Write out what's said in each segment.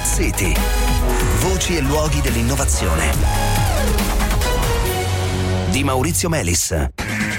City. Voci e luoghi dell'innovazione. Di Maurizio Melis.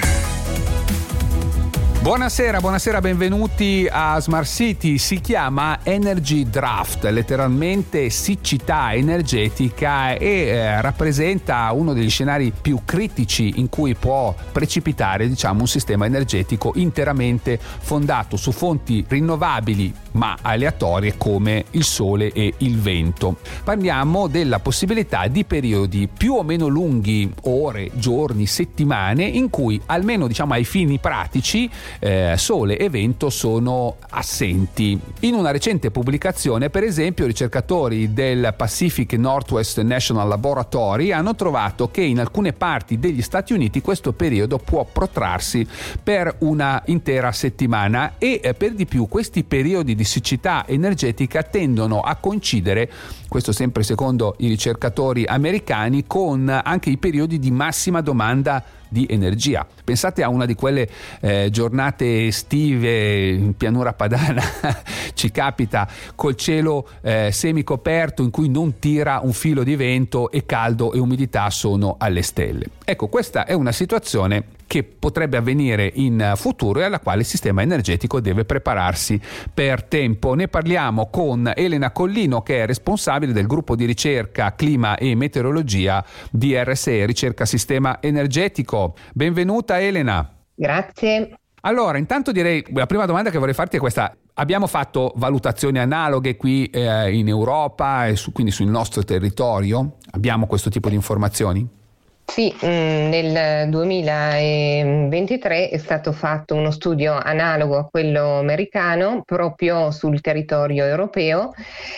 Buonasera, benvenuti a Smart City. Si chiama Energy Draft, letteralmente siccità energetica, e rappresenta uno degli scenari più critici in cui può precipitare, un sistema energetico interamente fondato su fonti rinnovabili ma aleatorie come il sole e il vento. Parliamo della possibilità di periodi più o meno lunghi, ore, giorni, settimane, in cui almeno ai fini pratici sole e vento sono assenti. In una recente pubblicazione, per esempio, ricercatori del Pacific Northwest National Laboratory hanno trovato che in alcune parti degli Stati Uniti questo periodo può protrarsi per una intera settimana, e per di più questi periodi di siccità energetica tendono a coincidere, questo sempre secondo i ricercatori americani, con anche i periodi di massima domanda di energia. Pensate a una di quelle giornate estive in pianura padana ci capita, col cielo semicoperto, in cui non tira un filo di vento e caldo e umidità sono alle stelle. Ecco, questa è una situazione che potrebbe avvenire in futuro e alla quale il sistema energetico deve prepararsi per tempo. Ne parliamo con Elena Collino, che è responsabile del gruppo di ricerca clima e meteorologia di RSE, Ricerca Sistema Energetico. Benvenuta Elena. Grazie. Allora, intanto direi, la prima domanda che vorrei farti è questa. Abbiamo fatto valutazioni analoghe qui in Europa e quindi sul nostro territorio? Abbiamo questo tipo di informazioni? Sì, nel 2023 è stato fatto uno studio analogo a quello americano proprio sul territorio europeo,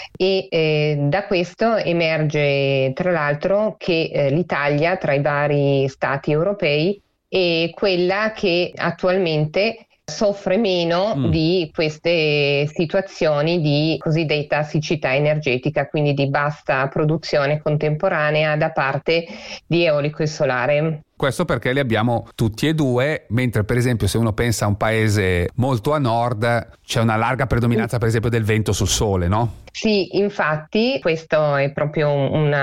e da questo emerge tra l'altro che l'Italia, tra i vari stati europei, è quella che attualmente soffre meno di queste situazioni di cosiddetta siccità energetica, quindi di bassa produzione contemporanea da parte di eolico e solare. Questo perché li abbiamo tutti e due, mentre per esempio se uno pensa a un paese molto a nord c'è una larga predominanza per esempio del vento sul sole, no? Sì, infatti questo è proprio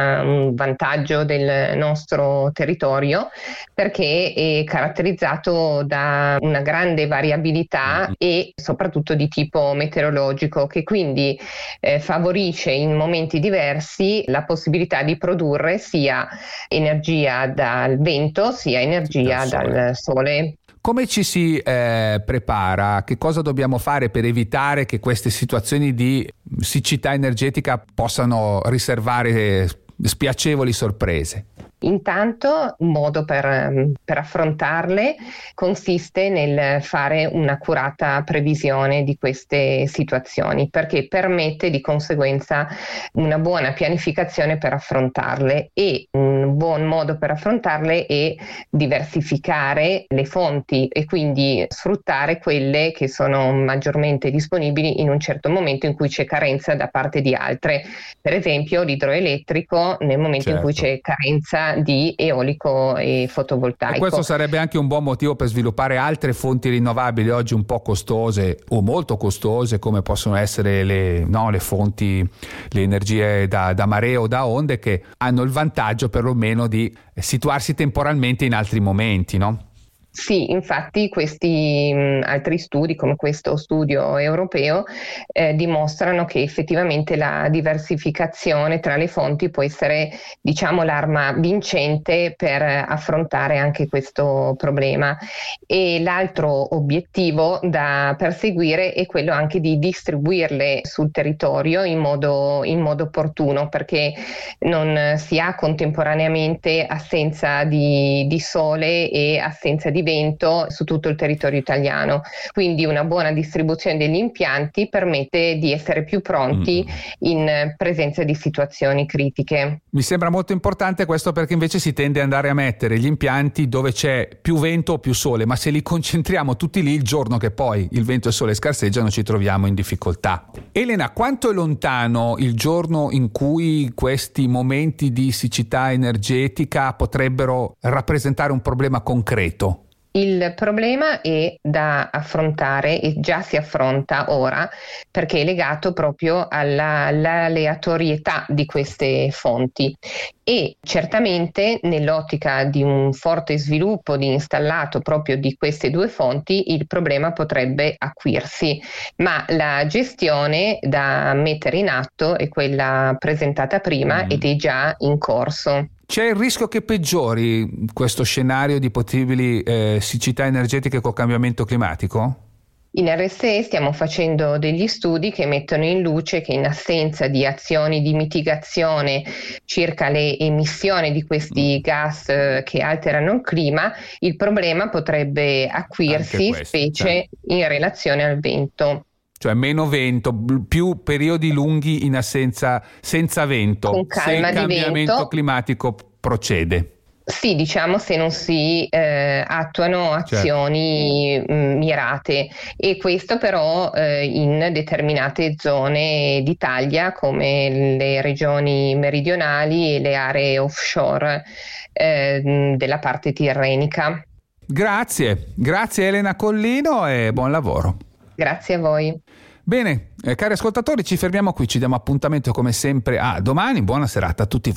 un vantaggio del nostro territorio, perché è caratterizzato da una grande variabilità e soprattutto di tipo meteorologico, che quindi favorisce in momenti diversi la possibilità di produrre sia energia dal vento sia energia dal sole. Come ci si prepara? Che cosa dobbiamo fare per evitare che queste situazioni di siccità energetica possano riservare spiacevoli sorprese? Intanto un modo per affrontarle consiste nel fare un'accurata previsione di queste situazioni, perché permette di conseguenza una buona pianificazione per affrontarle, e un buon modo per affrontarle è diversificare le fonti e quindi sfruttare quelle che sono maggiormente disponibili in un certo momento in cui c'è carenza da parte di altre. Per esempio l'idroelettrico nel momento in cui c'è carenza di eolico e fotovoltaico. E questo sarebbe anche un buon motivo per sviluppare altre fonti rinnovabili oggi un po' costose o molto costose, come possono essere le fonti, le energie da mare o da onde, che hanno il vantaggio perlomeno di situarsi temporalmente in altri momenti, no? Sì, infatti questi altri studi, come questo studio europeo, dimostrano che effettivamente la diversificazione tra le fonti può essere, l'arma vincente per affrontare anche questo problema. E l'altro obiettivo da perseguire è quello anche di distribuirle sul territorio in modo opportuno, perché non si ha contemporaneamente assenza di sole e assenza di vento su tutto il territorio italiano. Quindi una buona distribuzione degli impianti permette di essere più pronti in presenza di situazioni critiche. Mi sembra molto importante questo, perché invece si tende ad andare a mettere gli impianti dove c'è più vento o più sole, ma se li concentriamo tutti lì, il giorno che poi il vento e il sole scarseggiano ci troviamo in difficoltà. Elena, quanto è lontano il giorno in cui questi momenti di siccità energetica potrebbero rappresentare un problema concreto? Il problema è da affrontare e già si affronta ora, perché è legato proprio all'aleatorietà di queste fonti e certamente nell'ottica di un forte sviluppo di installato proprio di queste due fonti il problema potrebbe acuirsi, ma la gestione da mettere in atto è quella presentata prima ed è già in corso. C'è il rischio che peggiori questo scenario di possibili siccità energetiche col cambiamento climatico? In RSE stiamo facendo degli studi che mettono in luce che in assenza di azioni di mitigazione circa le emissioni di questi gas che alterano il clima, il problema potrebbe acuirsi, specie in relazione al vento. Cioè meno vento, più periodi lunghi in assenza, senza vento, con calma se il cambiamento vento, climatico procede. Sì, diciamo se non si attuano azioni mirate, e questo però in determinate zone d'Italia come le regioni meridionali e le aree offshore della parte tirrenica. Grazie Elena Collino e buon lavoro. Grazie a voi. Bene, cari ascoltatori, ci fermiamo qui, ci diamo appuntamento come sempre a domani. Buona serata a tutti.